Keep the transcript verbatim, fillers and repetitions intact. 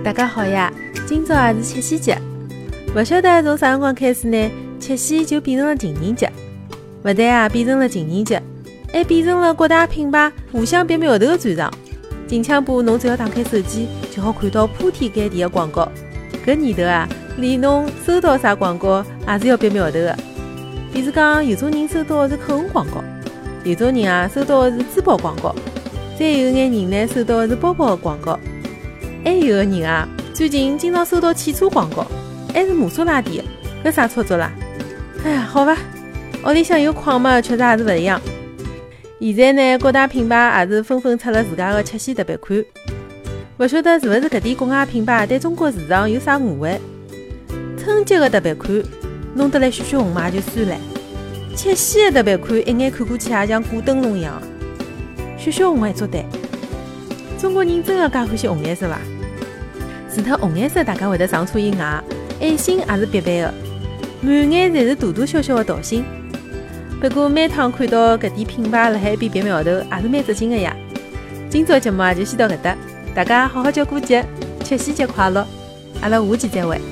大家好呀！今朝也是七夕节，勿晓得从啥辰光开始呢？七夕就变成了情人节，勿但啊变成了情人节，还变成了各大品牌互相别苗头的战场。近腔部侬只要打开手机，就好看到铺天盖地的广告。搿年头啊，连侬收到啥广告也是要别苗头的。比如讲，有种人收到的是口红广告，有种人啊收到的是珠宝广告，再有眼人呢收到的是包包的广告。还有个人啊，最近经常收到汽车广告，还是玛莎拉蒂的，搿啥操作啦？哎呀，好吧，屋里向有矿嘛，确实也是勿一样。现在呢，各大品牌也是纷纷出了自家的七夕特别款，勿晓得是勿是搿点国外品牌对中国市场有啥误会？春节的特别款弄得来血血红嘛就算了，七夕的特别款一眼看过去也像过灯笼一样，血血红还做对。中国人真的介欢喜红颜色伐？除脱红颜色大家会得上车以外，爱心也是必备的，满眼侪是大大小小的桃心。不过每趟看到搿点品牌辣海一边别苗头，也是蛮扎劲的呀。今朝节目也就先到搿搭，大家好好叫过节，七夕节快乐！阿拉下期再会。